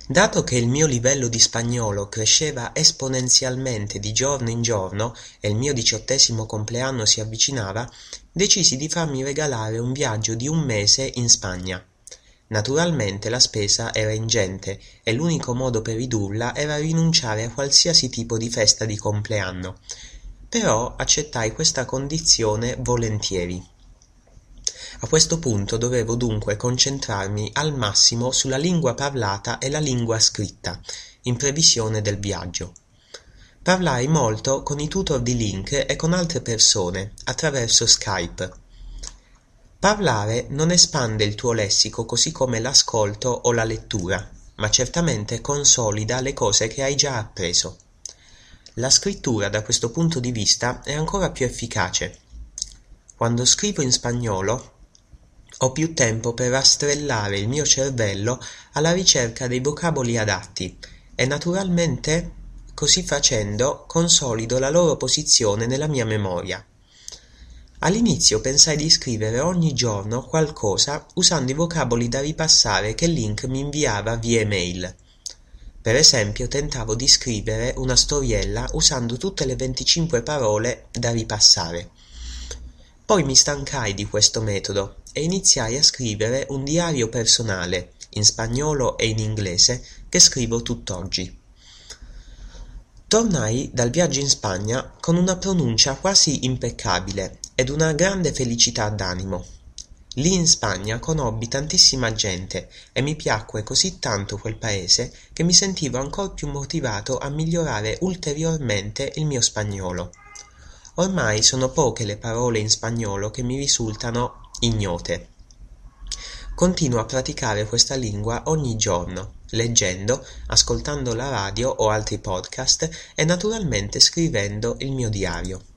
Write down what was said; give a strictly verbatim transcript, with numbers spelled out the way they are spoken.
Dato che il mio livello di spagnolo cresceva esponenzialmente di giorno in giorno e il mio diciottesimo compleanno si avvicinava, decisi di farmi regalare un viaggio di un mese in Spagna. Naturalmente la spesa era ingente e l'unico modo per ridurla era rinunciare a qualsiasi tipo di festa di compleanno. Però accettai questa condizione volentieri. A questo punto dovevo dunque concentrarmi al massimo sulla lingua parlata e la lingua scritta, in previsione del viaggio. Parlai molto con i tutor di Link e con altre persone, attraverso Skype. Parlare non espande il tuo lessico così come l'ascolto o la lettura, ma certamente consolida le cose che hai già appreso. La scrittura da questo punto di vista è ancora più efficace. Quando scrivo in spagnolo, ho più tempo per rastrellare il mio cervello alla ricerca dei vocaboli adatti e naturalmente, così facendo, consolido la loro posizione nella mia memoria. All'inizio pensai di scrivere ogni giorno qualcosa usando i vocaboli da ripassare che Link mi inviava via email. Per esempio, tentavo di scrivere una storiella usando tutte le venticinque parole da ripassare. Poi mi stancai di questo metodo e iniziai a scrivere un diario personale, in spagnolo e in inglese, che scrivo tutt'oggi. Tornai dal viaggio in Spagna con una pronuncia quasi impeccabile ed una grande felicità d'animo. Lì in Spagna conobbi tantissima gente e mi piacque così tanto quel paese che mi sentivo ancor più motivato a migliorare ulteriormente il mio spagnolo. Ormai sono poche le parole in spagnolo che mi risultano ignote. Continuo a praticare questa lingua ogni giorno, leggendo, ascoltando la radio o altri podcast e naturalmente scrivendo il mio diario.